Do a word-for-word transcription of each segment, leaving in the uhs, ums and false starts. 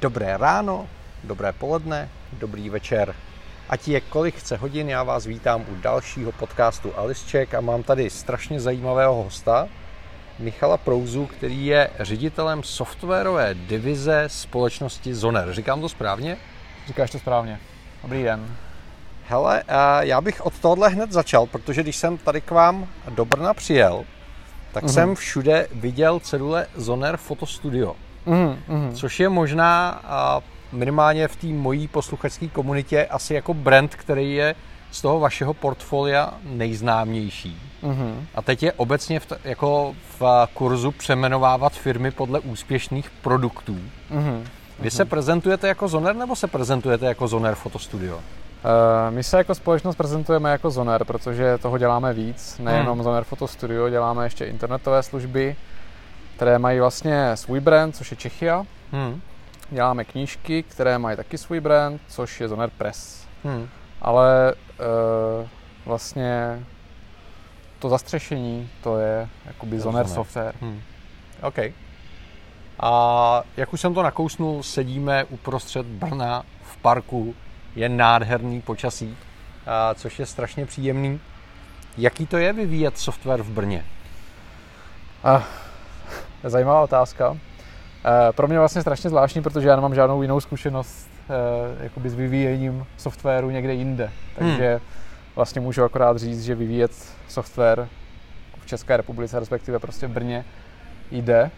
Dobré ráno, dobré poledne, dobrý večer. Ať je kolik chce hodin, já vás vítám u dalšího podcastu Alisček a mám tady strašně zajímavého hosta, Michala Prouzu, který je ředitelem softwarové divize společnosti Zoner. Říkám to správně? Říkáš to správně. Dobrý den. Hele, já bych od tohohle hned začal, protože když jsem tady k vám do Brna přijel, tak mm-hmm. jsem všude viděl cedule Zoner Fotostudio. Mm-hmm. Což je možná minimálně v té mojí posluchačské komunitě asi jako brand, který je z toho vašeho portfolia nejznámější. Mm-hmm. A teď je obecně v t- jako v kurzu přeměnovávat firmy podle úspěšných produktů. Mm-hmm. Vy se prezentujete jako Zoner nebo se prezentujete jako Zoner Fotostudio? Uh, my se jako společnost prezentujeme jako Zoner, protože toho děláme víc. Nejenom hmm. Zoner Fotostudio, děláme ještě internetové služby, které mají vlastně svůj brand, což je Czechia. Hmm. Děláme knížky, které mají taky svůj brand, což je Zoner Press. Hmm. Ale uh, vlastně to zastřešení, to je jakoby Zoner Software. Hmm. OK. A jak už jsem to nakousnul, sedíme uprostřed Brna v parku, je nádherný počasí, a což je strašně příjemný. Jaký to je vyvíjet software v Brně? Ah, zajímavá otázka. E, pro mě vlastně strašně zvláštní, protože já nemám žádnou jinou zkušenost e, jakoby s vyvíjením softwaru někde jinde. Takže hmm. vlastně můžu akorát říct, že vyvíjet software v České republice, respektive prostě v Brně, jde.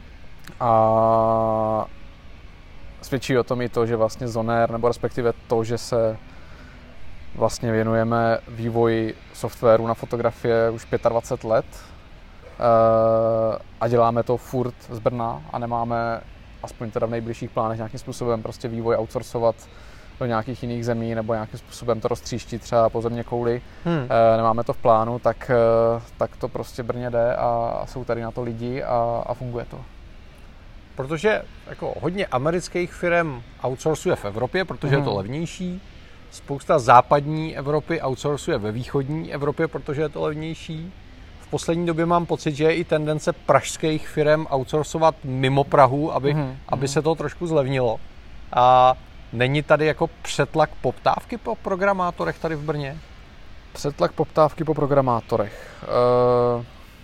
A svědčí o tom i to, že vlastně Zoner, nebo respektive to, že se vlastně věnujeme vývoji softwaru na fotografie už dvacet pět let a děláme to furt z Brna a nemáme, aspoň teda v nejbližších plánech, nějakým způsobem prostě vývoj outsourcovat do nějakých jiných zemí nebo nějakým způsobem to roztříštit třeba po země kouli. Hmm. Nemáme to v plánu, tak, tak to prostě v Brně jde a jsou tady na to lidi a, a funguje to. Protože jako hodně amerických firm outsourcuje v Evropě, protože mm. je to levnější. Spousta západní Evropy outsourcuje ve východní Evropě, protože je to levnější. V poslední době mám pocit, že je i tendence pražských firm outsourcovat mimo Prahu, aby, mm. aby se to trošku zlevnilo. A není tady jako přetlak poptávky po programátorech tady v Brně? Přetlak poptávky po programátorech. Uh...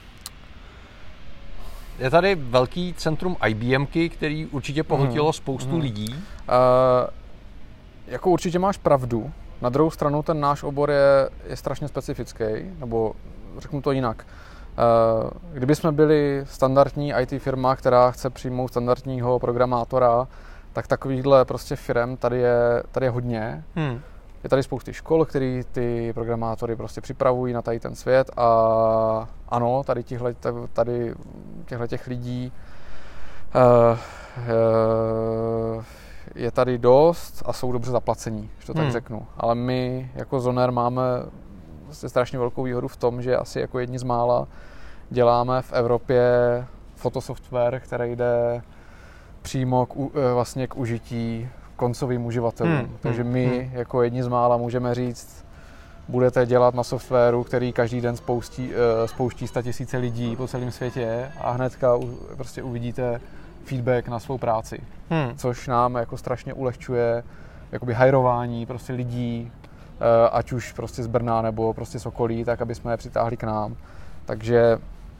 Je tady velký centrum IBMky, který určitě pohltilo hmm. spoustu hmm. lidí. Uh, jako určitě máš pravdu. Na druhou stranu ten náš obor je, je strašně specifický, nebo řeknu to jinak. Uh, kdyby jsme byli standardní í té firma, která chce přijmout standardního programátora, tak takovýchhle prostě firm tady je, tady je hodně. Hmm. Je tady spousty škol, které ty programátory prostě připravují na tady ten svět a ano, tady těchhle, tady těchhle těch lidí uh, uh, je tady dost a jsou dobře zaplacení, že to tak hmm. řeknu. Ale my jako Zoner máme vlastně strašně velkou výhodu v tom, že asi jako jedni z mála děláme v Evropě fotosoftware, který jde přímo k, vlastně k užití koncovým uživatelům. Hmm, Takže my hmm. jako jedni z mála můžeme říct, budete dělat na softwaru, který každý den spoustí, spouští statisíce lidí po celém světě a hnedka prostě uvidíte feedback na svou práci. Hmm. Což nám jako strašně ulehčuje jakoby hajrování prostě lidí, ať už prostě z Brna nebo prostě z okolí, tak aby jsme je přitáhli k nám. Takže,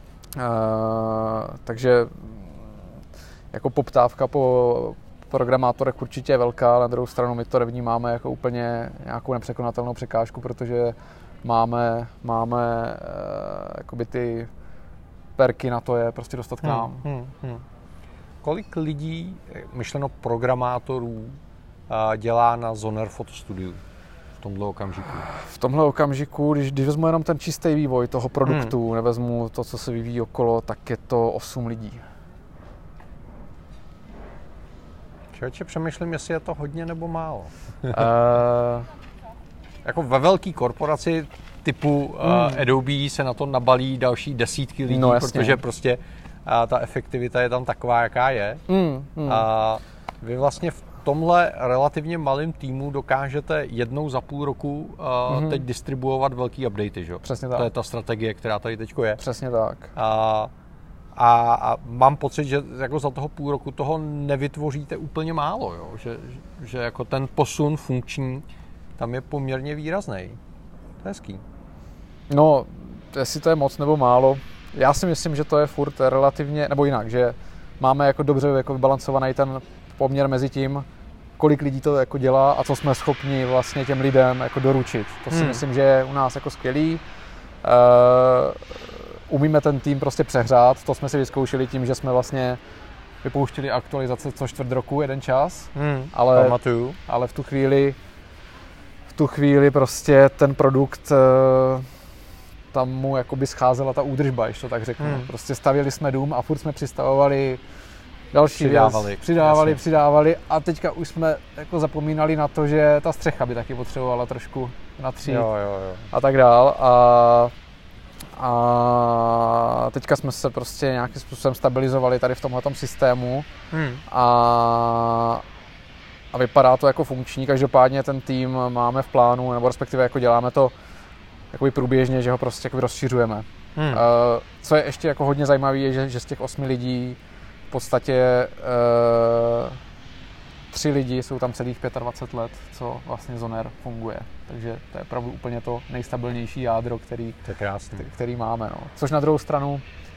takže jako poptávka po programátorech určitě je velká, ale na druhou stranu my to nevnímáme jako úplně nějakou nepřekonatelnou překážku, protože máme, máme uh, jakoby ty perky na to je prostě dostat k nám. Hmm, hmm, hmm. Kolik lidí, myšleno programátorů, dělá na Zoner Fotostudiu v tomhle okamžiku? V tomhle okamžiku, když, když vezmu jenom ten čistý vývoj toho produktu, hmm. nevezmu to, co se vyvíjí okolo, tak je to osm lidí. Člověče, přemýšlím, jestli je to hodně nebo málo. uh... Jako ve velké korporaci typu hmm. uh, Adobe se na to nabalí další desítky lidí, no, protože prostě uh, ta efektivita je tam taková, jaká je. Hmm. Hmm. A vy vlastně v tomhle relativně malém týmu dokážete jednou za půl roku uh, hmm. teď distribuovat velký updaty, že? Přesně tak. To je ta strategie, která tady teďko je. Přesně tak. A A, a mám pocit, že jako za toho půl roku toho nevytvoříte úplně málo, jo? Že, že jako ten posun funkční tam je poměrně výrazný. To je hezký. No, jestli to je moc nebo málo, já si myslím, že to je furt relativně, nebo jinak, že máme jako dobře jako vybalancovaný ten poměr mezi tím, kolik lidí to jako dělá a co jsme schopni vlastně těm lidem jako doručit. To si hmm. myslím, že je u nás jako skvělý. Uh, umíme ten tým prostě přehřát, to jsme si vyzkoušeli tím, že jsme vlastně vypouštili aktualizace co čtvrt roku, jeden čas, hmm. ale, Pamatuju. ale v tu chvíli v tu chvíli prostě ten produkt tam mu jakoby scházela ta údržba, když to tak řeknu. Hmm. Prostě stavěli jsme dům a furt jsme přistavovali další přidávali, věc, přidávali, jasně. přidávali a teďka už jsme jako zapomínali na to, že ta střecha by taky potřebovala trošku natřít jo, jo, jo. a tak dál. A, a teďka jsme se prostě nějakým způsobem stabilizovali tady v tomhletom systému hmm. a, a vypadá to jako funkční. Každopádně ten tým máme v plánu, nebo respektive jako děláme to jakoby průběžně, že ho prostě jakoby rozšiřujeme. Hmm. Uh, co je ještě jako hodně zajímavé, je, že, že z těch osmi lidí v podstatě uh, tři lidi jsou tam celých dvacet pět let, co vlastně Zoner funguje. Takže to je opravdu úplně to nejstabilnější jádro, který, který máme. No. Což na druhou stranu uh,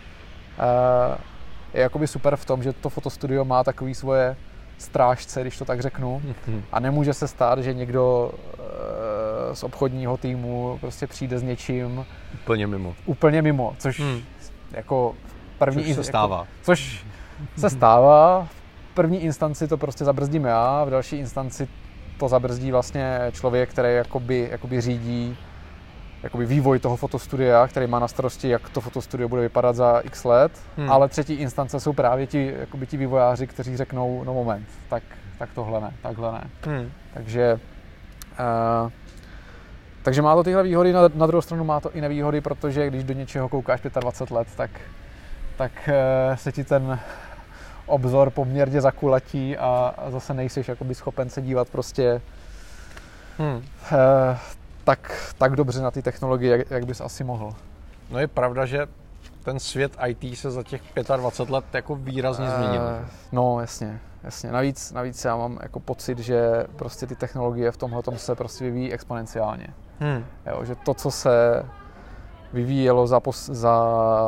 je jakoby super v tom, že to fotostudio má takový svoje strážce, když to tak řeknu. Mm-hmm. A nemůže se stát, že někdo e, z obchodního týmu prostě přijde s něčím úplně mimo. Úplně mimo, což mm. jako první což se stává. Jako, což se stává. V první instanci to prostě zabrzdím já, v další instanci to zabrzdí vlastně člověk, který jakoby, jakoby řídí jakoby vývoj toho fotostudia, který má na starosti, jak to fotostudio bude vypadat za x let, hmm. ale třetí instance jsou právě ti, jakoby ti vývojáři, kteří řeknou, no moment, tak, tak tohle ne, takhle ne. Hmm. Takže, uh, takže má to tyhle výhody, na, na druhou stranu má to i nevýhody, protože když do něčeho koukáš dvacet pět let, tak, tak uh, se ti ten obzor poměrně zakulatí a, a zase nejseš jakoby schopen se dívat prostě hmm. uh, Tak, tak dobře na ty technologie, jak, jak bys asi mohl. No je pravda, že ten svět í té se za těch dvacet pět let jako výrazně změnil. Uh, no jasně, jasně. Navíc, navíc já mám jako pocit, že prostě ty technologie v tomhletom se prostě vyvíjí exponenciálně. Hmm. Jo, že to, co se vyvíjelo za, pos, za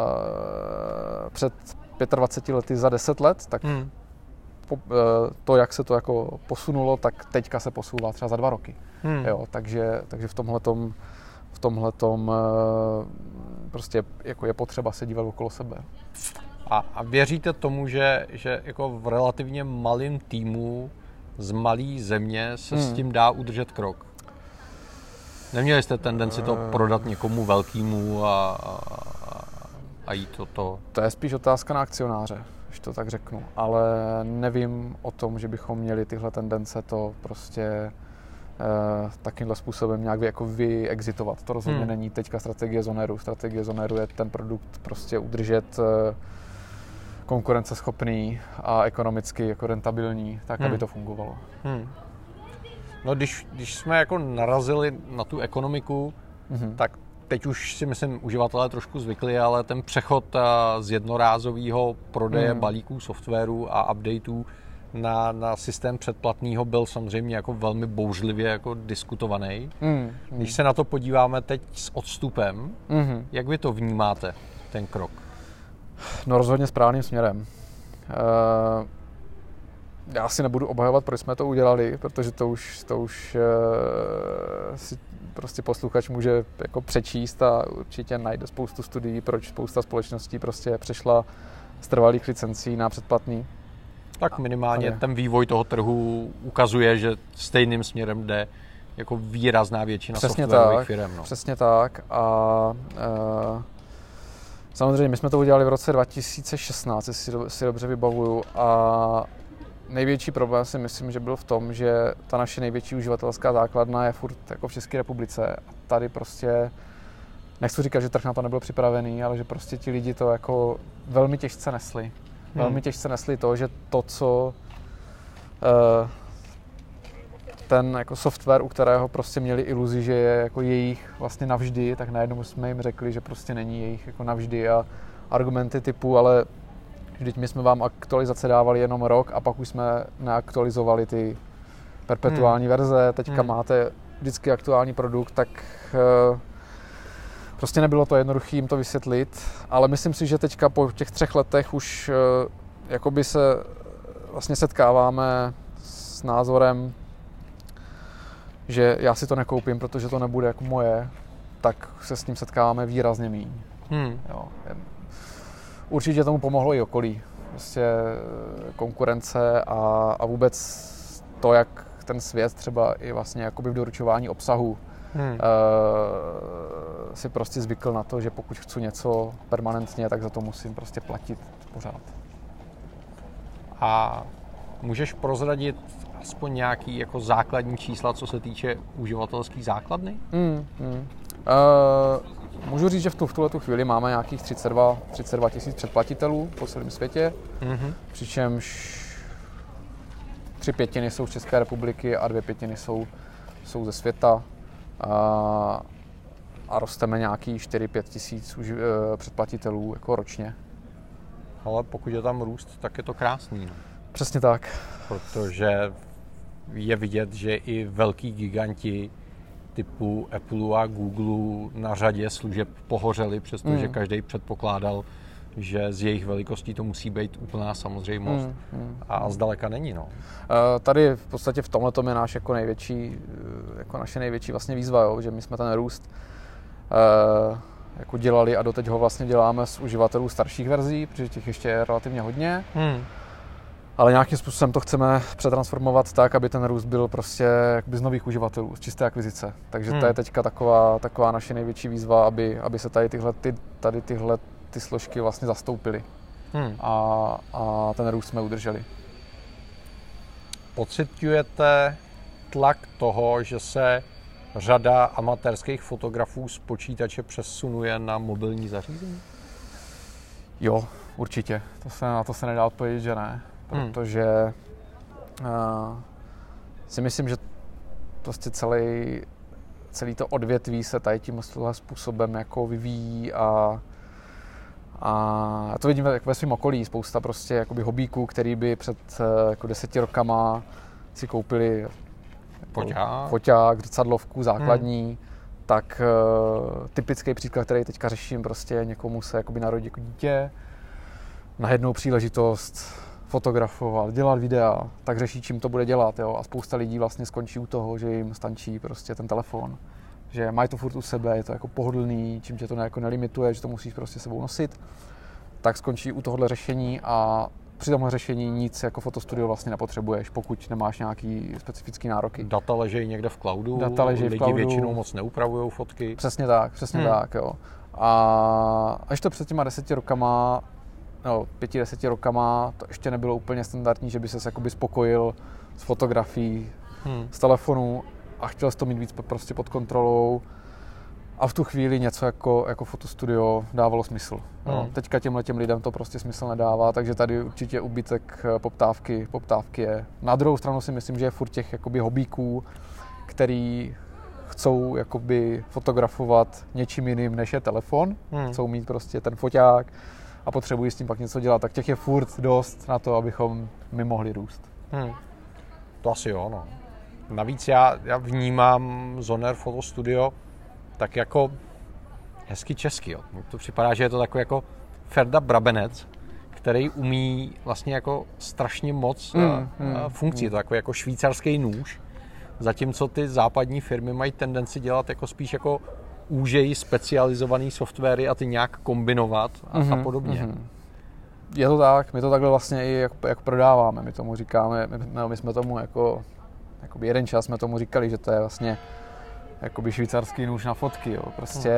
před dvacet pět lety, za deset let, tak hmm. po, to, jak se to jako posunulo, tak teďka se posouvá třeba za dva roky. Hmm. Jo, takže, takže v tomhletom, v tomhletom prostě jako je potřeba se dívat okolo sebe. A, a věříte tomu, že, že jako v relativně malém týmu z malé země se hmm. s tím dá udržet krok? Neměli jste tendenci to prodat někomu velkému a, a, a jít to, to? To je spíš otázka na akcionáře, když to tak řeknu. Ale nevím o tom, že bychom měli tyhle tendence to prostě Uh, takýmhle způsobem nějak jako vyexitovat. To rozhodně hmm. není teďka strategie Zoneru. Strategie Zoneru je ten produkt prostě udržet uh, konkurenceschopný a ekonomicky jako rentabilní, tak, hmm. aby to fungovalo. Hmm. No když, když jsme jako narazili na tu ekonomiku, hmm. tak teď už si myslím uživatelé trošku zvykli, ale ten přechod uh, z jednorázového prodeje hmm. balíků softwaru a updateů Na, na systém předplatného byl samozřejmě jako velmi bouřlivě jako diskutovaný. Mm, mm. Když se na to podíváme teď s odstupem, mm. jak vy to vnímáte, ten krok? No rozhodně správným směrem. Uh, já si nebudu obhajovat, proč jsme to udělali, protože to už, to už uh, si prostě posluchač může jako přečíst a určitě najde spoustu studií, proč spousta společností prostě přešla z trvalých licencí na předplatný. Tak minimálně ten vývoj toho trhu ukazuje, že stejným směrem jde jako výrazná většina softwarových firem. No. Přesně tak. A e, samozřejmě my jsme to udělali v roce dva tisíce šestnáct, jestli si dobře vybavuju. A největší problém si myslím, že byl v tom, že ta naše největší uživatelská základna je furt jako v České republice. A tady prostě, nechci říkat, že trh na to nebyl připravený, ale že prostě ti lidi to jako velmi těžce nesli. Hmm. Velmi těžce nesli to, že to, co uh, ten jako software, u kterého prostě měli iluzi, že je jako jejich vlastně navždy, tak najednou jsme jim řekli, že prostě není jejich jako navždy a argumenty typu, ale vždyť my jsme vám aktualizace dávali jenom rok a pak už jsme neaktualizovali ty perpetuální hmm. verze, teďka hmm. máte vždycky aktuální produkt, tak uh, prostě nebylo to jednoduché jim to vysvětlit, ale myslím si, že teďka po těch třech letech už uh, jakoby se vlastně setkáváme s názorem, že já si to nekoupím, protože to nebude jako moje, tak se s tím setkáváme výrazně míň. Hmm. Jo. Určitě tomu pomohlo i okolí. Prostě konkurence a, a vůbec to, jak ten svět třeba i vlastně jakoby v doručování obsahu hmm. uh, si prostě zvykl na to, že pokud chci něco permanentně, tak za to musím prostě platit pořád. A můžeš prozradit aspoň nějaký jako základní čísla, co se týče uživatelské základny? Hmm, hmm. Uh, můžu říct, že v, tu, v tuhletu chvíli máme nějakých třicet dva tisíc předplatitelů po celém světě, mm-hmm. přičemž tři pětiny jsou z České republiky a dvě pětiny jsou, jsou ze světa. A, a rosteme nějaký čtyři pět tisíc už, uh, předplatitelů jako ročně. Ale pokud je tam růst, tak je to krásný. Ne? Přesně tak. Protože je vidět, že i velký giganti typu Apple a Google na řadě služeb pohořeli, přestože mm. každý předpokládal, že z jejich velikostí to musí být úplná samozřejmost. Mm, mm, a zdaleka není. No. Tady v podstatě v tomhletom je náš jako největší, jako naše největší vlastně výzva, jo? Že my jsme ten růst uh, jako dělali a doteď ho vlastně děláme z uživatelů starších verzí, protože těch ještě je relativně hodně. Mm. Ale nějakým způsobem to chceme přetransformovat tak, aby ten růst byl prostě z nových uživatelů, z čisté akvizice. Takže hmm. to je teďka taková, taková naše největší výzva, aby, aby se tady tyhle, ty, tady tyhle ty složky vlastně zastoupily. Hmm. A, a ten růst jsme udrželi. Pociťujete tlak toho, že se řada amatérských fotografů z počítače přesunuje na mobilní zařízení? Jo, určitě. To se, na to se nedá odpovědět, že ne. Protože uh, si myslím, že prostě celý, celý to odvětví se tady tímhle způsobem jako vyvíjí a, a to vidím ve svém okolí. Spousta prostě jakoby hobíků, který by před uh, jako deseti rokama si koupili foťák, foťák zrcadlovku základní, hmm. tak uh, typický příklad, který teďka řeším, prostě někomu se jakoby narodí jako dítě, na jednou příležitost fotografovat, dělat videa, tak řeší, čím to bude dělat, jo? A spousta lidí vlastně skončí u toho, že jim stačí prostě ten telefon. Že mají to furt u sebe, je to jako pohodlný, čím tě to jako nelimituje, že to musíš prostě sebou nosit, tak skončí u tohohle řešení a při tomhle řešení nic jako fotostudio vlastně nepotřebuješ, pokud nemáš nějaký specifický nároky. Data leží někde v cloudu, Data leží lidi v cloudu. Většinou moc neupravují fotky. Přesně tak, přesně hmm. tak, jo. A až to před těma deseti rokama no, pěti, deseti rokama to ještě nebylo úplně standardní, že by ses jakoby spokojil s fotografií, hmm. z telefonu a chtěl jsi to mít víc prostě pod kontrolou a v tu chvíli něco jako, jako fotostudio dávalo smysl. Hmm. No, teďka těmhle těm lidem to prostě smysl nedává, takže tady určitě úbytek poptávky, poptávky je. Na druhou stranu si myslím, že je furt těch jakoby hobíků, který chcou jakoby fotografovat něčím jiným než je telefon, hmm. chcou mít prostě ten foťák a potřebují s tím pak něco dělat, tak těch je furt dost na to, abychom my mohli růst. Hmm. To asi jo, no. Navíc já, já vnímám Zoner Photo Studio tak jako hezky česky, jo. To připadá, že je to takový jako Ferda Brabenec, který umí vlastně jako strašně moc hmm, hmm, funkcí. Hmm. To takový jako švýcarský nůž, zatímco ty západní firmy mají tendenci dělat jako spíš jako úžeji specializovaný softwary a ty nějak kombinovat a, mm-hmm, a podobně. Mm-hmm. Je to tak, my to takhle vlastně i jak, jak prodáváme, my tomu říkáme, my, no, my jsme tomu jako, jakoby jeden čas jsme tomu říkali, že to je vlastně jakoby švýcarský nůž na fotky, jo. Prostě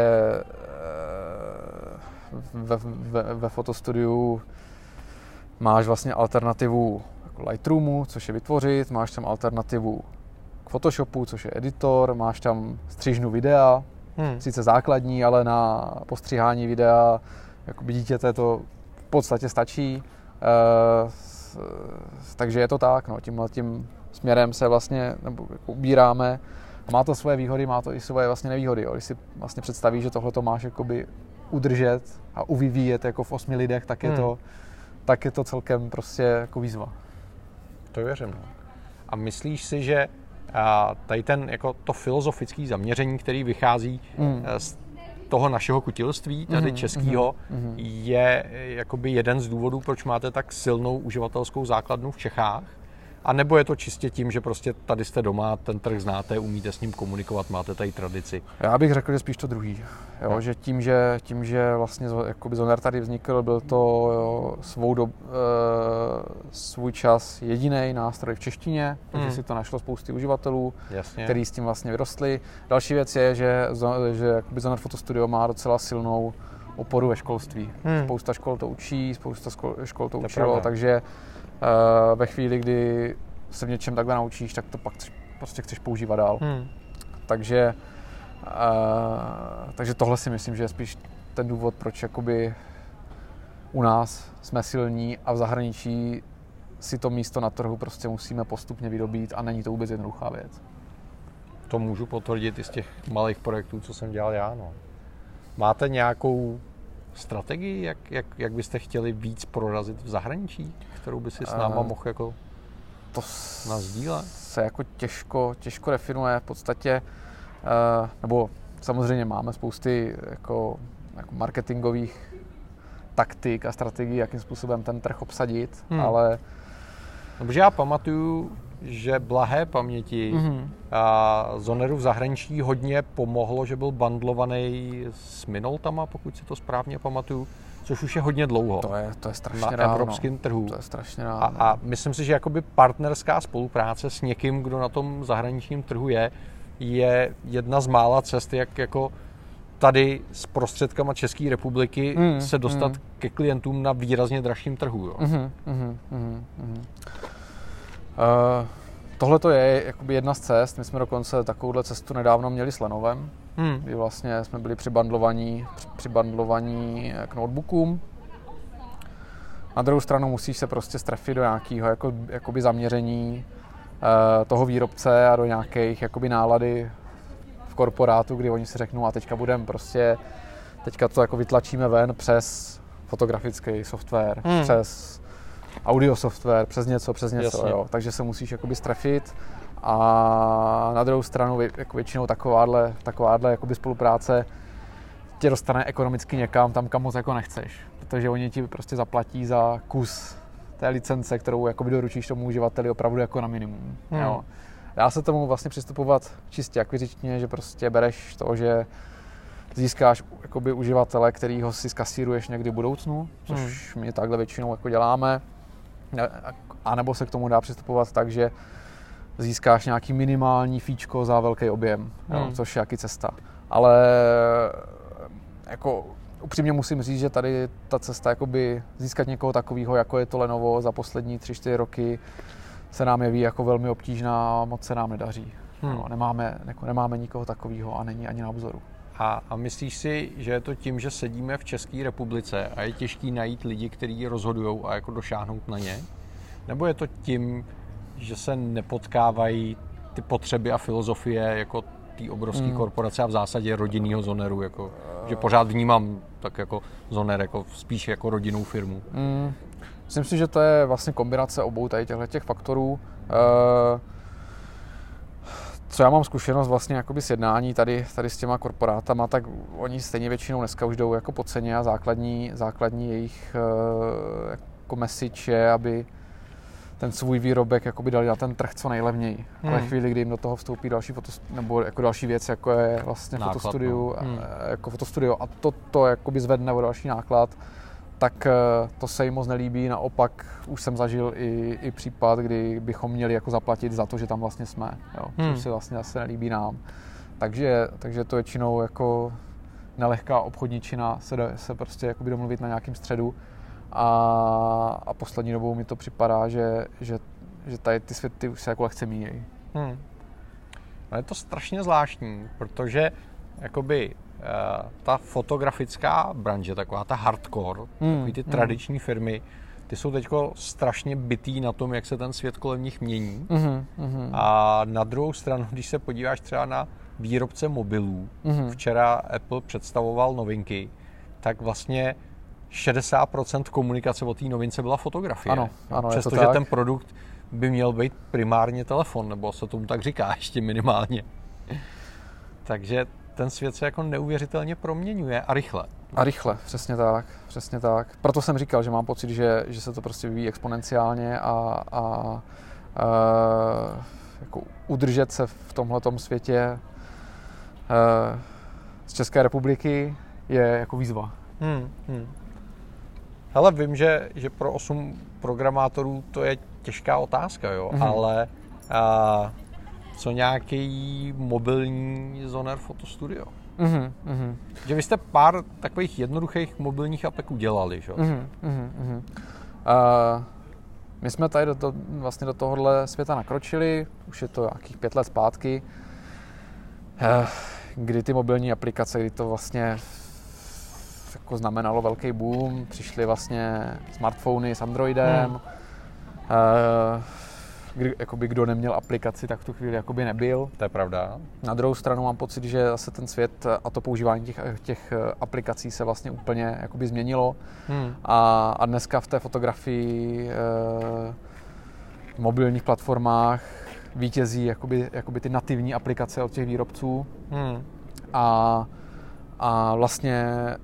mm. ve, ve, ve fotostudiu máš vlastně alternativu jako Lightroomu, což je vytvořit, máš tam alternativu k Photoshopu, což je editor, máš tam střižnu videa, Hmm. sice základní, ale na postříhání videa jakoby dítěte to v podstatě stačí. E, s, takže je to tak, no, tímhle tím směrem se vlastně nebo jako ubíráme. A má to svoje výhody, má to i svoje vlastně nevýhody. Jo. Když si vlastně představíš, že tohle to máš jakoby udržet a uvyvíjet jako v osmi lidech, tak je, hmm. to, tak je to celkem prostě jako výzva. To věřím. No. A myslíš si, že a, tady ten, jako to filozofické zaměření, který vychází mm. z toho našeho kutilství, tady mm, českého, mm, je jakoby jeden z důvodů, proč máte tak silnou uživatelskou základnu v Čechách? A nebo je to čistě tím, že prostě tady jste doma, ten trh znáte, umíte s ním komunikovat, máte tady tradici? Já bych řekl, že spíš to druhý. Jo, no. že tím, že tím, že vlastně jakoby Zoner tady vznikl, byl to jo, svou dob, e, svůj čas jediný nástroj v češtině, takže hmm. si to našlo spousty uživatelů, Jasně. který s tím vlastně vyrostli. Další věc je, že, že jakoby Zoner Photo Studio má docela silnou oporu ve školství. Hmm. Spousta škol to učí, spousta škol to, to učilo, pravda. Takže ve chvíli, kdy se v něčem takhle naučíš, tak to pak prostě chceš používat dál. Hmm. Takže, uh, takže tohle si myslím, že je spíš ten důvod, proč jakoby u nás jsme silní a v zahraničí si to místo na trhu prostě musíme postupně vydobít a není to vůbec jednoduchá věc. To můžu potvrdit i z těch malých projektů, co jsem dělal já. No. Máte nějakou strategii, jak, jak, jak byste chtěli víc prorazit v zahraničí, kterou by si s náma mohl jako to nasdílet? Se jako těžko, těžko definuje v podstatě, nebo samozřejmě máme spousty jako, jako marketingových taktik a strategií, jakým způsobem ten trh obsadit, hmm. ale... No, protože já pamatuju, že blahé paměti mm-hmm. a Zoneru v zahraničí hodně pomohlo, že byl bandlovaný s Minoltama, pokud si to správně pamatuju, což už je hodně dlouho. To je, to je strašně na dávno. evropském trhu. To je strašně dávno. A, a myslím si, že jakoby partnerská spolupráce s někým, kdo na tom zahraničním trhu je, je jedna z mála cest, jak jako tady s prostředkama České republiky mm, se dostat mm. ke klientům na výrazně dražším trhu. Jo. Mm, mm, mm, mm. Uh, tohle to je jakoby jedna z cest. My jsme dokonce takovouhle cestu nedávno měli s Lenovem, hmm. kdy vlastně jsme byli přibandlovaní, přibandlovaní k notebookům. Na druhou stranu musíš se prostě strefit do nějakého jako, jakoby zaměření uh, toho výrobce a do nějakých jakoby nálady v korporátu, kdy oni si řeknou a teďka budeme prostě, teďka to jako vytlačíme ven přes fotografický software, hmm. přes audio software, přes něco, přes něco, jo. Takže se musíš jakoby strefit a na druhou stranu jako většinou takováhle, takováhle jakoby spolupráce tě dostane ekonomicky někam, tam kam moc jako nechceš, protože oni ti prostě zaplatí za kus té licence, kterou jakoby doručíš tomu uživateli opravdu jako na minimum, hmm. jo. Dá se tomu vlastně přistupovat čistě akvizičně, že prostě bereš to, že získáš jakoby uživatele, kterýho si skasíruješ někdy v budoucnu, což hmm. my takhle většinou jako děláme. A nebo se k tomu dá přistupovat tak, že získáš nějaký minimální fíčko za velký objem, hmm. jo, což je jaký cesta. Ale jako upřímně musím říct, že tady ta cesta jakoby získat někoho takového, jako je to Lenovo za poslední tři čtyři roky, se nám jeví jako velmi obtížná, moc se nám nedaří. Hmm. No, nemáme, jako nemáme nikoho takového a není ani na obzoru. A, a myslíš si, že je to tím, že sedíme v České republice a je těžký najít lidi, kteří rozhodujou a jako došáhnout na ně? Nebo je to tím, že se nepotkávají ty potřeby a filozofie jako té obrovské mm. korporace a v zásadě rodinného Zoneru? Jako, že pořád vnímám tak jako Zoner jako spíš jako rodinnou firmu. Mm. Myslím si, že to je vlastně kombinace obou tady těchto faktorů. Uh, Co já mám zkušenost vlastně jakoby s jednání tady, tady s těma korporátama, tak oni stejně většinou dneska už jdou jako po ceně a základní, základní jejich uh, jako message je, aby ten svůj výrobek jakoby dali na ten trh co nejlevněji. Hmm. Ale ve chvíli, kdy jim do toho vstoupí další foto, nebo jako další věc, jako je vlastně náklad, fotostudio, no. hmm. jako fotostudio a to, to jakoby zvedne o další náklad, tak to se jim moc nelíbí. Naopak už jsem zažil i, i případ, kdy bychom měli jako zaplatit za to, že tam vlastně jsme, jo, hmm. což se vlastně zase nelíbí nám. Takže, takže to většinou jako nelehká obchodničina se, se prostě jakoby domluvit na nějakém středu a, a poslední dobou mi to připadá, že, že, že tady ty světy už se jako lehce míjejí. Hmm. No je to strašně zvláštní, protože jakoby ta fotografická branže, taková ta hardcore, hmm. takový ty tradiční hmm. firmy, ty jsou teďko strašně bitý na tom, jak se ten svět kolem nich mění. Hmm. Hmm. A na druhou stranu, když se podíváš třeba na výrobce mobilů, hmm. včera Apple představoval novinky, tak vlastně šedesát procent komunikace o té novince byla fotografie. Ano, ano, přestože ten produkt by měl být primárně telefon, nebo se tomu tak říká ještě minimálně. Takže ten svět se jako neuvěřitelně proměňuje a rychle. A rychle, přesně tak, přesně tak. Proto jsem říkal, že mám pocit, že, že se to prostě vyvíjí exponenciálně a, a, a jako udržet se v tomhletom světě z České republiky je jako výzva. Hmm, hmm. Hele, vím, že, že pro osm programátorů to je těžká otázka, jo, mm-hmm. ale a, co nějaký mobilní Zoner Fotostudio? Mm-hmm, mm-hmm. Že vy jste pár takových jednoduchých mobilních apeků dělali, že? Mm-hmm, mm-hmm. Uh, my jsme tady do, to, vlastně do tohohle světa nakročili, už je to nějakých pět let zpátky, uh, kdy ty mobilní aplikace, kdy to vlastně jako znamenalo velký boom, přišly vlastně smartfony s Androidem, hmm. uh, kdy, jakoby kdo neměl aplikaci, tak v tu chvíli jakoby nebyl. To je pravda. Na druhou stranu mám pocit, že zase ten svět a to používání těch, těch aplikací se vlastně úplně jakoby změnilo. Hmm. A, a dneska v té fotografii uh, v mobilních platformách vítězí jakoby, jakoby ty nativní aplikace od těch výrobců. Hmm. A, a vlastně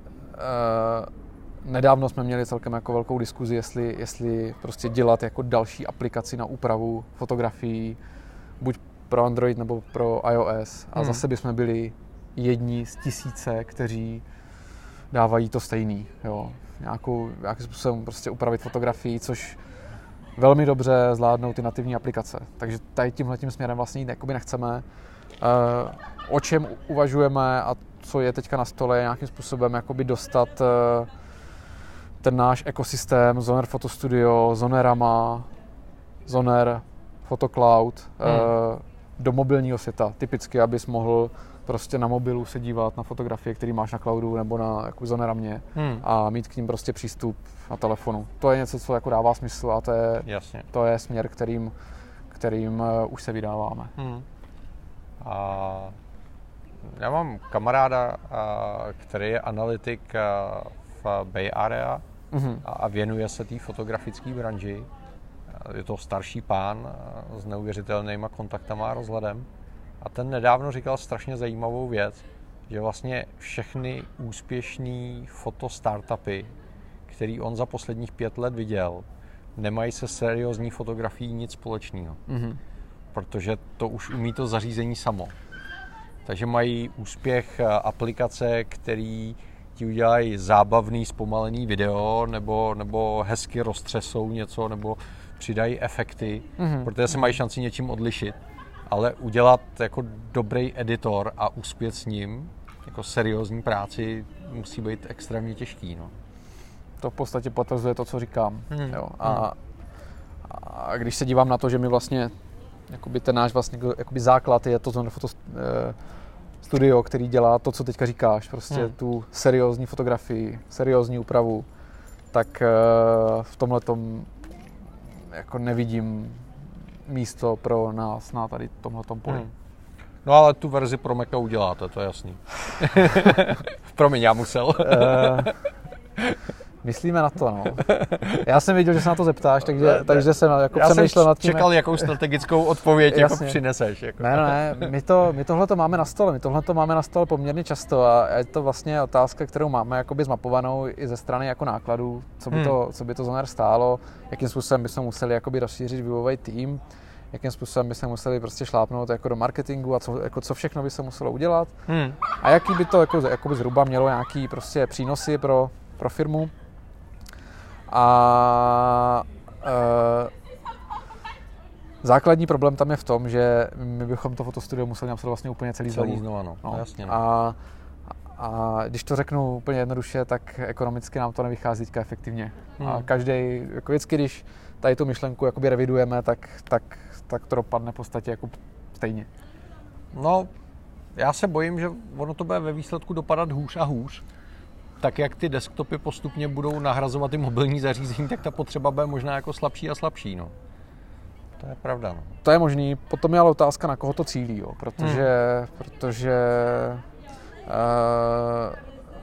Uh, nedávno jsme měli celkem jako velkou diskuzi, jestli, jestli prostě dělat jako další aplikaci na úpravu fotografií, buď pro Android nebo pro iOS. A hmm. zase bychom byli jedni z tisíce, kteří dávají to stejný. Jo. Nějakou, nějakým způsobem prostě upravit fotografii, což velmi dobře zvládnou ty nativní aplikace. Takže tady tímhletím směrem vlastně jít jakoby nechceme. Uh, o čem uvažujeme a co je teďka na stole, je nějakým způsobem jakoby dostat uh, ten náš ekosystém Zoner Fotostudio, Zonerama, Zoner, Photocloud hmm. uh, do mobilního světa. Typicky, abys mohl prostě na mobilu se dívat na fotografie, které máš na cloudu nebo na jako Zoneramě hmm. a mít k ním prostě přístup na telefonu. To je něco, co jako dává smysl a to je, Jasně. to je směr, kterým, kterým uh, už se vydáváme. Hmm. A já mám kamaráda, který je analytik v Bay Area mm-hmm. a věnuje se té fotografické branži. Je to starší pán s neuvěřitelnýma kontaktama a rozhledem. A ten nedávno říkal strašně zajímavou věc, že vlastně všechny úspěšné fotostartupy, který on za posledních pět let viděl, nemají se seriózní fotografií nic společného. Mm-hmm. Protože to už umí to zařízení samo. Takže mají úspěch aplikace, který ti udělají zábavný, zpomalený video, nebo, nebo hezky roztřesou něco, nebo přidají efekty, mm-hmm. protože se mají šanci něčím odlišit. Ale udělat jako dobrý editor a uspět s ním, jako seriózní práci, musí být extrémně těžký. No. To v podstatě potvrzuje to, co říkám. Mm. Jo. A, a když se dívám na to, že my vlastně jakoby ten náš vlastně jakoby základ je to Zoner Foto Studio, který dělá to, co teďka říkáš, prostě hmm. tu seriózní fotografii, seriózní úpravu, tak v tomhletom jako nevidím místo pro nás na tady tomhletom poli. Hmm. No ale tu verzi pro Maca uděláte, to je jasný. Promiň, já musel. Myslíme na to, no. Já jsem věděl, že se na to zeptáš, takže, takže jsem jako přemýšlel nad tím. Já jsem čekal, jakou strategickou odpověď jako přineseš. Jako. Ne, ne, my, to, my tohle to máme na stole, my tohle to máme na stole poměrně často a je to vlastně otázka, kterou máme jakoby zmapovanou i ze strany jako nákladů, co by to, hmm. co by to Zoner stálo, jakým způsobem bychom museli jakoby rozšířit vývojový tým, jakým způsobem by se museli prostě šlápnout jako do marketingu a co, jako co všechno by se muselo udělat hmm. a jaký by to jako, jakoby zhruba mělo nějaký prostě přínosy pro, pro firmu. A e, základní problém tam je v tom, že my bychom to fotostudio museli napsat vlastně úplně celý, celý znovu. No. No, jasně, no. A, a když to řeknu úplně jednoduše, tak ekonomicky nám to nevychází teďka efektivně. Hmm. A každý, jako vždycky, když tady tu myšlenku jakoby revidujeme, tak, tak, tak to dopadne v podstatě jako stejně. No, já se bojím, že ono to bude ve výsledku dopadat hůř a hůř. Tak jak ty desktopy postupně budou nahrazovat ty mobilní zařízení, tak ta potřeba bude možná jako slabší a slabší, no. To je pravda, no. To je možný, potom je ale otázka, na koho to cílí, jo, protože, hmm. protože uh,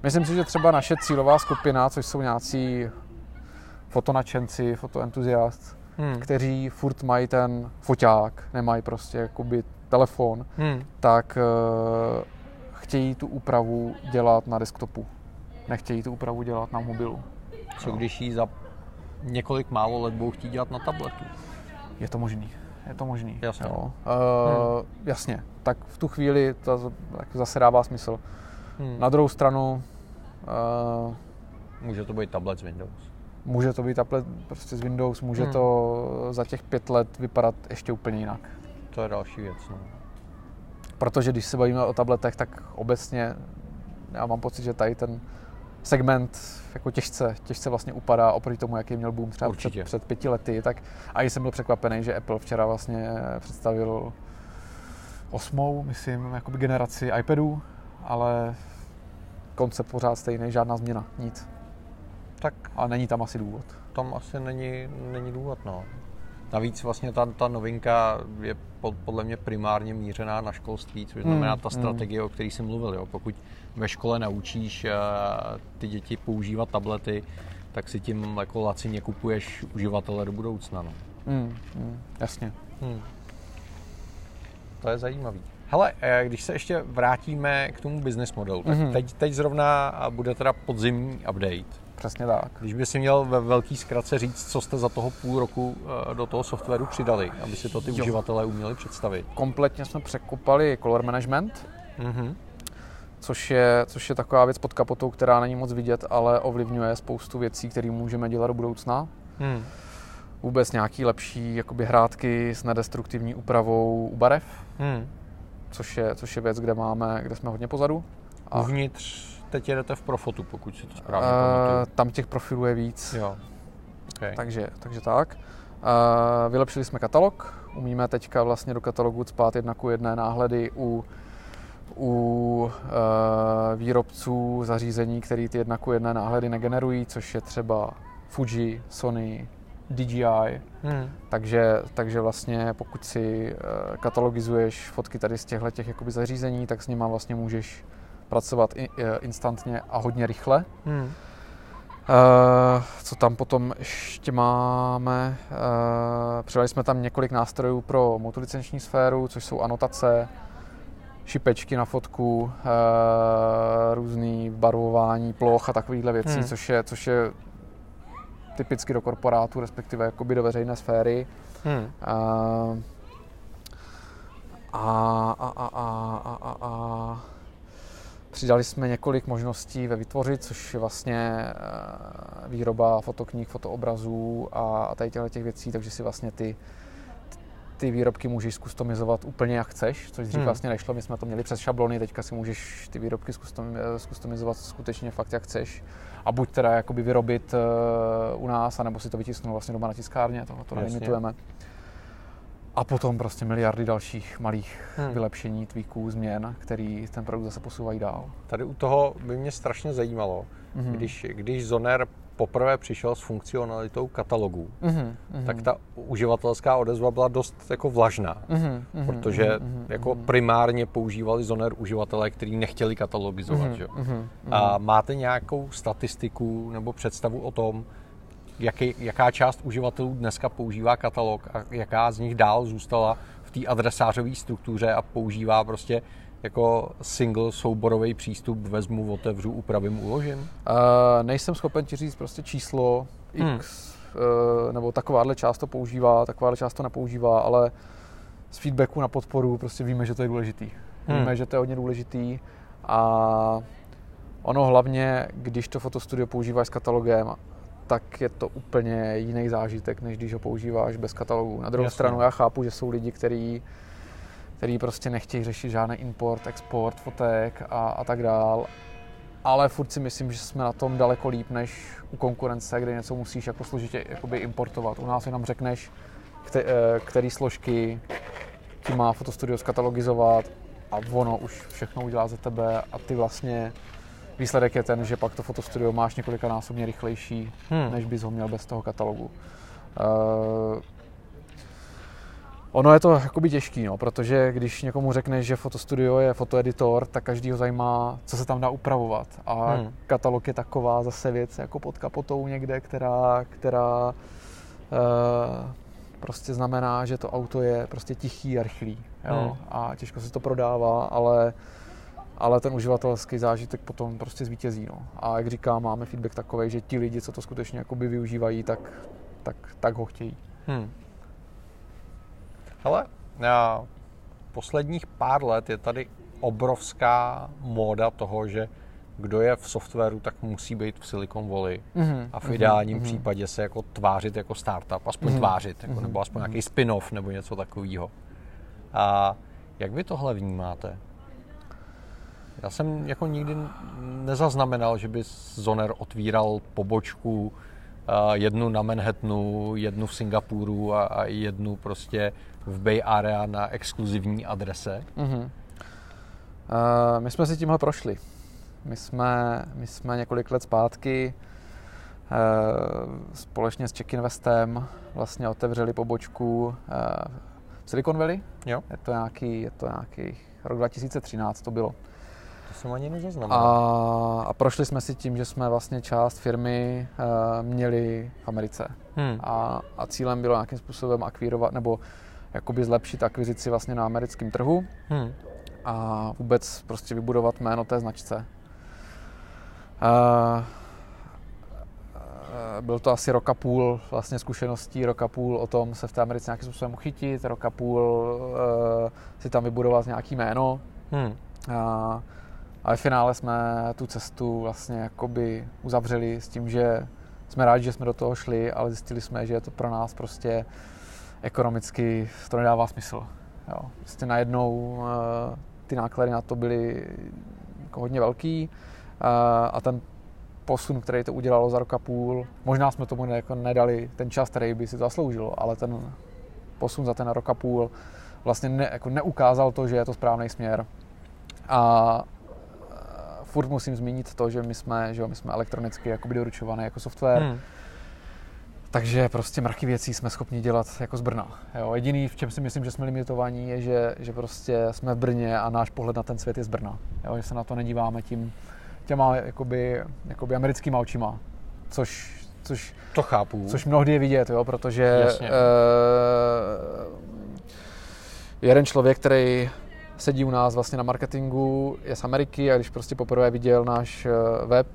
Myslím si, že třeba naše cílová skupina, což jsou nějací fotonačenci, fotoentuziast, hmm. kteří furt mají ten foťák, nemají prostě jakoby telefon, hmm. tak uh, chtějí tu úpravu dělat na desktopu. Nechtějí tu úpravu dělat na mobilu. Co když jí za několik málo let budou chtít dělat na tabletu? Je to možný. Je to možný. Jasně. Jo. Uh, hmm. Jasně. Tak v tu chvíli to zase dává smysl. Hmm. Na druhou stranu uh, může to být tablet z Windows. Může to být tablet prostě z Windows, může hmm. to za těch pět let vypadat ještě úplně jinak. To je další věc. No. Protože když se bavíme o tabletech, tak obecně já mám pocit, že tady ten segment jako těžce, těžce vlastně upadá oproti tomu, jaký měl boom třeba před, před pěti lety. Tak a jsem byl překvapený, že Apple včera vlastně představil osmou, myslím, jakoby generaci iPadů, ale koncept pořád stejný, žádná změna, nic. Tak a není tam asi důvod. Tam asi není, není důvod, no. Navíc vlastně ta, ta novinka je podle mě primárně mířená na školství, což znamená ta strategie, mm. o které jsem mluvil. Jo. Pokud ve škole naučíš ty děti používat tablety, tak si tím jako lacině kupuješ uživatele do budoucna. No. Mm, mm, jasně. Mm. To je zajímavý. Hele, když se ještě vrátíme k tomu business modelu, tak mm-hmm. teď, teď zrovna bude teda podzimní update. Přesně tak. Když by si měl ve velký zkratce říct, co jste za toho půl roku do toho softwaru přidali, aby si to ty jo. uživatelé uměli představit. Kompletně jsme překopali color management, mm-hmm. což, je, což je taková věc pod kapotou, která není moc vidět, ale ovlivňuje spoustu věcí, které můžeme dělat do budoucna. Mm. Vůbec nějaký lepší jakoby hrátky s nedestruktivní úpravou u barev, mm. což, je, což je věc, kde, máme, kde jsme hodně pozadu. A uvnitř teď jedete v Profotu, pokud si to správně pamatuju. Uh, tam těch profilů je víc. Jo. Okay. Takže, takže tak. Uh, vylepšili jsme katalog. Umíme teďka vlastně do katalogu cpát jedna ku jedné náhledy u, u uh, výrobců zařízení, který ty jedna ku jedné náhledy negenerují, což je třeba Fuji, Sony, D J I. Hmm. Takže, takže vlastně pokud si uh, katalogizuješ fotky tady z těchto těch jakoby zařízení, tak s nima vlastně můžeš pracovat instantně a hodně rychle. Hmm. Uh, co tam potom ještě máme? Uh, přidali jsme tam několik nástrojů pro multilicenční sféru, což jsou anotace, šipečky na fotku, uh, různý barvování ploch a takovýhle věcí, hmm. což je, což je typicky do korporátu, respektive jakoby do veřejné sféry. Hmm. Uh, a, a, a, a, a, a, a Přidali jsme několik možností ve Vytvořit, což je vlastně výroba fotoknih, fotoobrazů a, a tady těchto těch věcí, takže si vlastně ty, ty výrobky můžeš zkustomizovat úplně jak chceš, což dřív hmm. vlastně nešlo, my jsme to měli přes šablony, teďka si můžeš ty výrobky zkustomizovat skutečně fakt jak chceš a buď teda jakoby vyrobit uh, u nás, anebo si to vytisknout vlastně doma na tiskárně, tohle to nelimitujeme. A potom prostě miliardy dalších malých hmm. vylepšení, tweaků, změn, který ten produkt zase posouvají dál. Tady u toho by mě strašně zajímalo, mm-hmm. když, když Zoner poprvé přišel s funkcionalitou katalogů, mm-hmm. tak ta uživatelská odezva byla dost jako vlažná, mm-hmm. protože mm-hmm. jako primárně používali Zoner uživatelé, kteří nechtěli katalogizovat. Mm-hmm. Že? Mm-hmm. A máte nějakou statistiku nebo představu o tom, Jaký, jaká část uživatelů dneska používá katalog a jaká z nich dál zůstala v té adresářové struktuře a používá prostě jako single souborový přístup, vezmu, otevřu, upravím, uložím? Uh, nejsem schopen ti říct prostě číslo X, hmm. uh, nebo takováhle část to používá, takováhle část to nepoužívá, ale z feedbacku na podporu prostě víme, že to je důležitý. Hmm. Víme, že to je hodně důležitý a ono hlavně, když to fotostudio používáš s katalogem, tak je to úplně jiný zážitek, než když ho používáš bez katalogu. Na druhou Jasně. stranu já chápu, že jsou lidi, kteří který prostě nechtějí řešit žádný import, export, fotek a, a tak dál. Ale furt si myslím, že jsme na tom daleko líp než u konkurence, kde něco musíš jako složitě jakoby importovat. U nás jenom řekneš, který složky ti má fotostudio skatalogizovat a ono už všechno udělá za tebe a ty vlastně výsledek je ten, že pak to fotostudio máš několikanásobně rychlejší, hmm. než bys ho měl bez toho katalogu. Uh, Ono je to jakoby těžký, no, protože když někomu řekneš, že fotostudio je fotoeditor, tak každýho zajímá, co se tam dá upravovat. A hmm. katalog je taková zase věc jako pod kapotou někde, která, která uh, prostě znamená, že to auto je prostě tichý a rychlý. Jo? Hmm. A těžko se to prodává, ale, ale ten uživatelský zážitek potom prostě zvítězí. No. A jak říkám, máme feedback takový, že ti lidi, co to skutečně jakoby využívají, tak, tak, tak ho chtějí. Hmm. Hele, posledních pár let je tady obrovská móda toho, že kdo je v softwaru, tak musí být v Silicon Valley mm-hmm, a v ideálním mm-hmm. případě se jako tvářit jako startup, aspoň mm-hmm. tvářit, jako, nebo aspoň mm-hmm. nějaký spin-off nebo něco takového. A jak vy tohle vnímáte? Já jsem jako nikdy nezaznamenal, že by Zoner otvíral pobočku, jednu na Manhattanu, jednu v Singapuru a, a jednu prostě v Bay Area na exkluzivní adrese. Mm-hmm. Uh, my jsme si tímhle prošli. My jsme, my jsme několik let zpátky uh, společně s Czech Investem vlastně otevřeli pobočku uh, v Silicon Valley. Jo. Je to nějaký, je to nějaký rok dva tisíce třináct to bylo. To jsem ani nezaznamenal. A, a prošli jsme si tím, že jsme vlastně část firmy uh, měli v Americe. Hmm. A, a cílem bylo nějakým způsobem akvírovat, nebo jakoby zlepšit akvizici vlastně na americkém trhu hmm. a vůbec prostě vybudovat jméno té značce. Uh, uh, byl to asi rok a půl vlastně zkušeností, rok a půl o tom se v té Americe nějakým způsobem uchytit, rok a půl uh, si tam vybudovat nějaký jméno. Hmm. Uh, a ve finále jsme tu cestu vlastně jakoby uzavřeli s tím, že jsme rádi, že jsme do toho šli, ale zjistili jsme, že je to pro nás prostě ekonomicky to nedává smysl. Jo. Prostě najednou uh, ty náklady na to byly jako hodně velký uh, a ten posun, který to udělalo za rok a půl, možná jsme tomu ne, jako nedali ten čas, který by si to zasloužilo, ale ten posun za ten rok a půl vlastně ne, jako neukázal to, že je to správný směr. A furt musím zmínit to, že my jsme, že jo, my jsme elektronicky jakoby doručovaný jako software, hmm. takže prostě mraky věcí jsme schopni dělat jako z Brna. Jo. Jediný, v čem si myslím, že jsme limitovaní, je, že, že prostě jsme v Brně a náš pohled na ten svět je z Brna. Jo. Že se na to nedíváme tím, těma jakoby, jakoby americkýma očima, což, což, to chápu. Což mnohdy je vidět, jo, protože uh, jeden člověk, který sedí u nás vlastně na marketingu, je z Ameriky a když prostě poprvé viděl náš web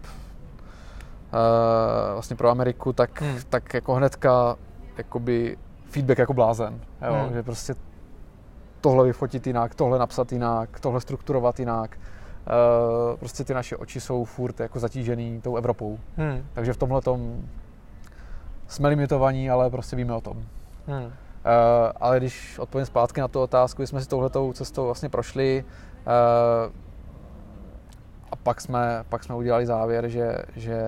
uh, vlastně pro Ameriku, tak, hmm. tak jako hnedka jakoby feedback jako blázen, jo? Hmm. Že prostě tohle vyfotit jinak, tohle napsat jinak, tohle strukturovat jinak. Uh, prostě ty naše oči jsou furt jako zatížený tou Evropou. Hmm. Takže v tomhletom jsme limitovaní, ale prostě víme o tom. Hmm. Uh, ale když odpovím zpátky na tu otázku, jsme si touhletou cestou vlastně prošli uh, a pak jsme, pak jsme udělali závěr, že, že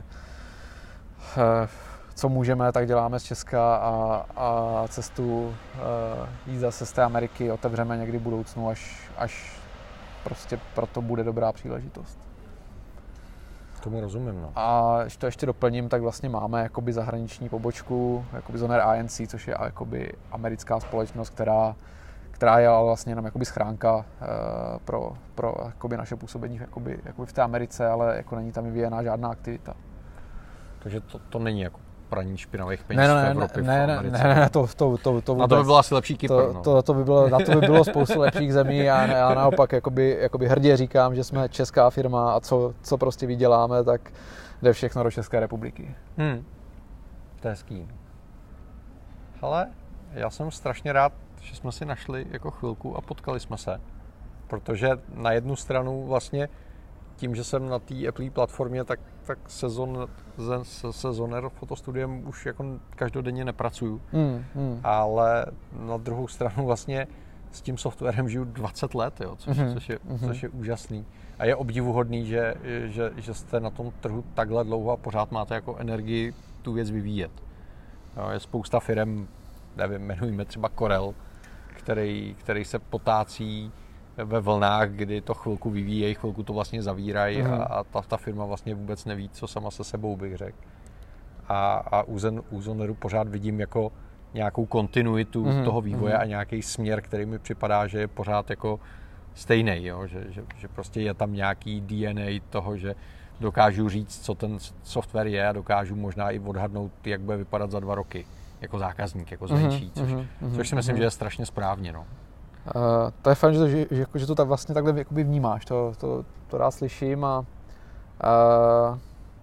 uh, co můžeme, tak děláme z Česka a, a cestu uh, jít zase z té Ameriky otevřeme někdy v budoucnu, až, až prostě proto bude dobrá příležitost. Tomu rozumím, no. A když to ještě doplním, tak vlastně máme jakoby zahraniční pobočku, jakoby Zoner A N C, což je jakoby americká společnost, která, která je vlastně jenom jakoby schránka uh, pro, pro jakoby naše působení jakoby, jakoby v té Americe, ale jako není tam vyvíjená žádná aktivita. Takže to, to není jako praní špinavých peněz ne, ne, v Evropě, ne, v Americe. Ne, ne, to, to, to, to vůbec. Na to by bylo asi lepší Kypr, to, no. to, to by bylo, na to by bylo spoustu lepších zemí a já naopak jakoby, jakoby hrdě říkám, že jsme česká firma a co, co prostě vyděláme, tak jde všechno do České republiky. Hmm. To je hezký. Hele, já jsem strašně rád, že jsme si našli jako chvilku a potkali jsme se, protože na jednu stranu vlastně tím, že jsem na té Apple platformě, tak, tak sezon, se, se Zoner fotostudiem už jako každodenně nepracuju. Mm, mm. Ale na druhou stranu vlastně s tím softwarem žiju dvacet let, jo, což, mm-hmm. což, je, mm-hmm. což je úžasný. A je obdivuhodný, že, že, že jste na tom trhu takhle dlouho a pořád máte jako energii tu věc vyvíjet. Jo, je spousta firem, nevím, jmenujeme třeba Corel, který, který se potácí ve vlnách, kdy to chvilku vyvíjejí, chvilku to vlastně zavírají mm. a, a ta, ta firma vlastně vůbec neví, co sama se sebou, bych řekl. A, a u, Zen, u Zoneru pořád vidím jako nějakou kontinuitu mm-hmm. toho vývoje mm-hmm. a nějaký směr, který mi připadá, že je pořád jako stejný, jo? Že, že, že prostě je tam nějaký D N A toho, že dokážu říct, co ten software je a dokážu možná i odhadnout, jak bude vypadat za dva roky jako zákazník, jako zvenčí, což, mm-hmm. což si myslím, mm-hmm. že je strašně správně. No. Uh, to je fajn, že to, že, že, že to tak vlastně takhle jakoby vnímáš, to, to, to rád slyším a uh,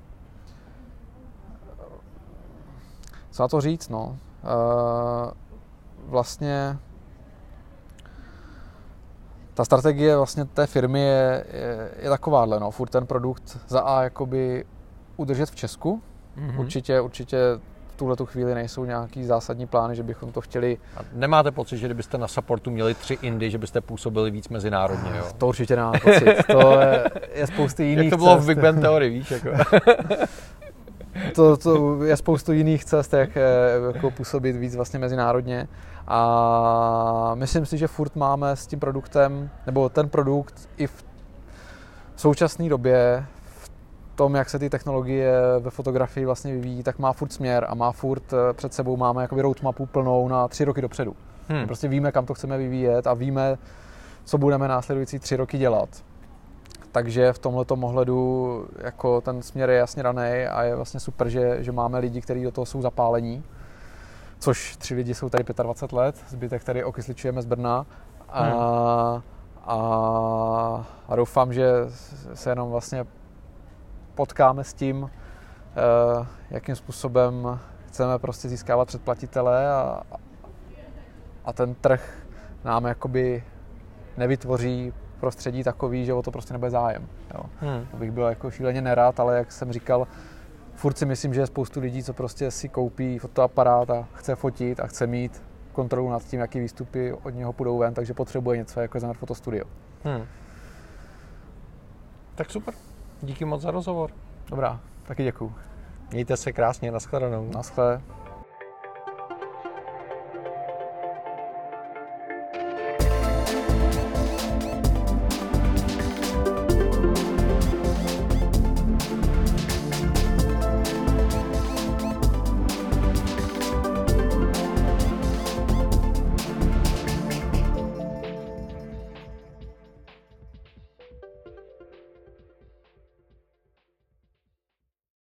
co na to říct, no. Uh, vlastně ta strategie vlastně té firmy je, je, je takováhle, no. Furt ten produkt za A jakoby udržet v Česku. Mm-hmm. Určitě, určitě v tuhletu chvíli nejsou nějaký zásadní plány, že bychom to chtěli. A nemáte pocit, že kdybyste na supportu měli tři Indy, že byste působili víc mezinárodně, jo? To určitě nemám pocit. To je, je spousty jiných Jak to bylo cest. v Big Bang Theory, víš? Jako. to, to je spoustu jiných cest, jak jako působit víc vlastně mezinárodně. A myslím si, že furt máme s tím produktem, nebo ten produkt i v současné době, v tom, jak se ty technologie ve fotografii vlastně vyvíjí, tak má furt směr a má furt před sebou, máme jakoby roadmapu plnou na tři roky dopředu. Hmm. Prostě víme, kam to chceme vyvíjet a víme, co budeme následující tři roky dělat. Takže v tomhletom ohledu jako ten směr je jasně daný a je vlastně super, že, že máme lidi, kteří do toho jsou zapálení. Což tři lidi jsou tady dvacet pět let, zbytek tady okysličujeme z Brna a, hmm. a, a doufám, že se jenom vlastně potkáme s tím, eh, jakým způsobem chceme prostě získávat předplatitele a, a ten trh nám jakoby nevytvoří prostředí takový, že o to prostě nebude zájem. Jo. Hmm. To bych byl jako šíleně nerad, ale jak jsem říkal, furt si myslím, že je spoustu lidí, co prostě si koupí fotoaparát a chce fotit a chce mít kontrolu nad tím, jaký výstupy od něho půjdou ven, takže potřebuje něco jako Zener Fotostudio. Hmm. Tak super. Díky moc za rozhovor. Dobrá, taky děkuju. Mějte se krásně, nashledanou. Naschle.